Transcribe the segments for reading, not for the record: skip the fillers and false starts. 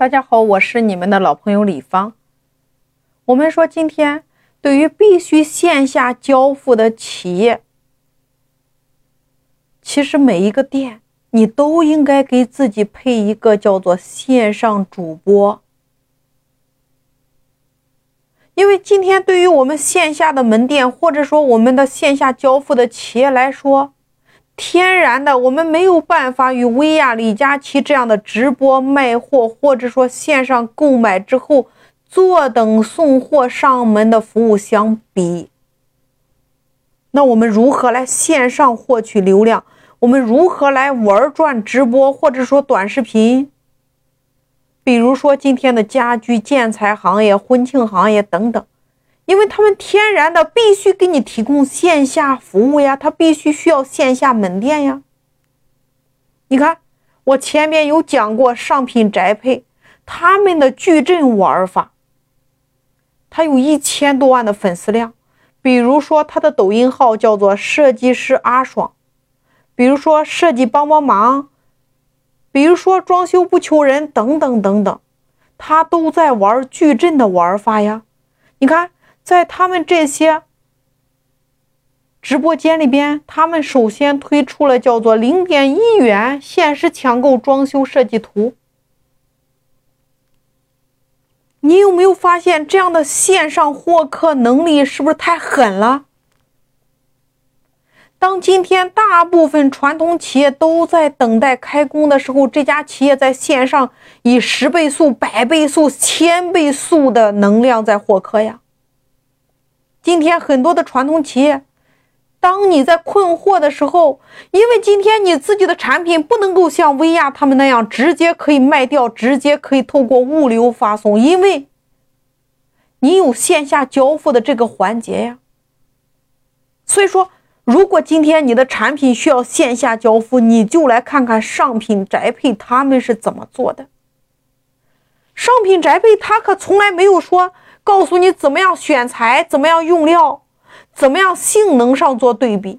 大家好，我是你们的老朋友李芳。我们说今天对于必须线下交付的企业，其实每一个店你都应该给自己配一个叫做线上主播。因为今天对于我们线下的门店，或者说我们的线下交付的企业来说，天然的我们没有办法与薇娅、李佳琦这样的直播卖货，或者说线上购买之后坐等送货上门的服务相比。那我们如何来线上获取流量？我们如何来玩转直播或者说短视频？比如说今天的家居建材行业、婚庆行业等等，因为他们天然的必须给你提供线下服务呀，他必须需要线下门店呀。你看我前面有讲过上品宅配他们的矩阵玩法，他有1000多万的粉丝量。比如说他的抖音号叫做设计师阿爽，比如说设计帮帮忙，比如说装修不求人等等等等，他都在玩矩阵的玩法呀。你看在他们这些直播间里边，他们首先推出了叫做0.1元限时抢购装修设计图。你有没有发现这样的线上获客能力是不是太狠了？当今天大部分传统企业都在等待开工的时候，这家企业在线上以10倍速、100倍速、1000倍速的能量在获客呀。今天很多的传统企业，当你在困惑的时候，因为今天你自己的产品不能够像薇娅他们那样直接可以卖掉，直接可以透过物流发送，因为你有线下交付的这个环节呀。所以说如果今天你的产品需要线下交付，你就来看看上品宅配他们是怎么做的。上品宅配他可从来没有说告诉你怎么样选材，怎么样用料，怎么样性能上做对比，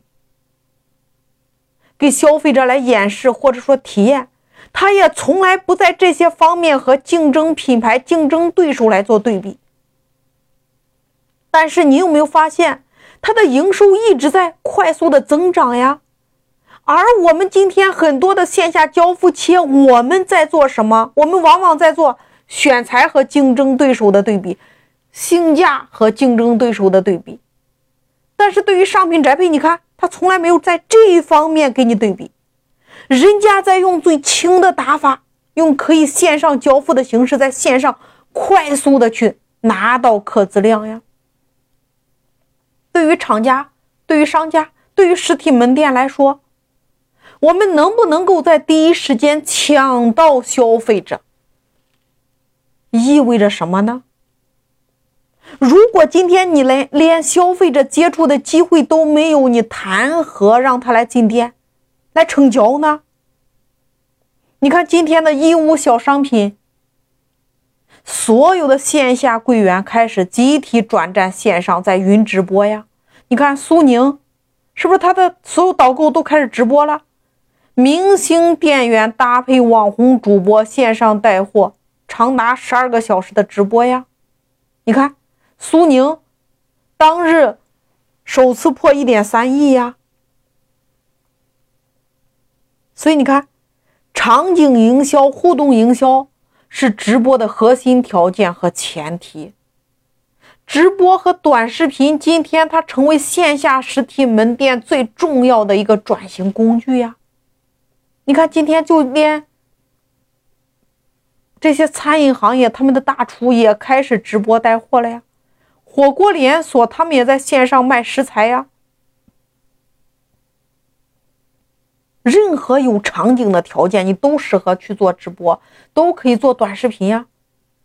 给消费者来演示或者说体验。他也从来不在这些方面和竞争品牌、竞争对手来做对比。但是你有没有发现它的营收一直在快速的增长呀？而我们今天很多的线下交付企业，我们在做什么？我们往往在做选材和竞争对手的对比，性价和竞争对手的对比。但是对于上品宅配，你看他从来没有在这一方面给你对比，人家在用最轻的打法，用可以线上交付的形式，在线上快速的去拿到客资量呀。对于厂家，对于商家，对于实体门店来说，我们能不能够在第一时间抢到消费者，意味着什么呢？如果今天你连消费者接触的机会都没有，你谈何让他来进店来成交呢？你看今天的义乌小商品，所有的线下柜员开始集体转战线上，在云直播呀。你看苏宁是不是他的所有导购都开始直播了？明星店员搭配网红主播线上带货，长达12个小时的直播呀。你看苏宁当日首次破1.3亿呀。所以你看场景营销、互动营销是直播的核心条件和前提。直播和短视频今天它成为线下实体门店最重要的一个转型工具呀。你看今天就连这些餐饮行业，他们的大厨也开始直播带货了呀。火锅连锁他们也在线上卖食材呀。任何有场景的条件，你都适合去做直播，都可以做短视频呀。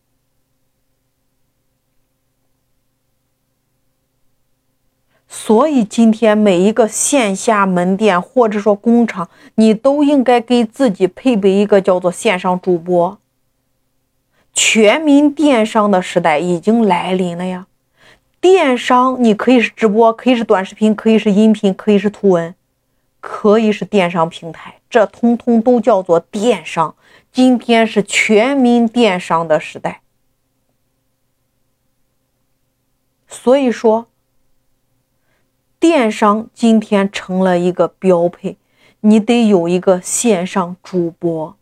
所以今天每一个线下门店或者说工厂，你都应该给自己配备一个叫做线上主播。全民电商的时代已经来临了呀。电商你可以是直播，可以是短视频，可以是音频，可以是图文，可以是电商平台，这通通都叫做电商。 今天是全民电商的时代。所以说，电商今天成了一个标配，你得有一个线上主播。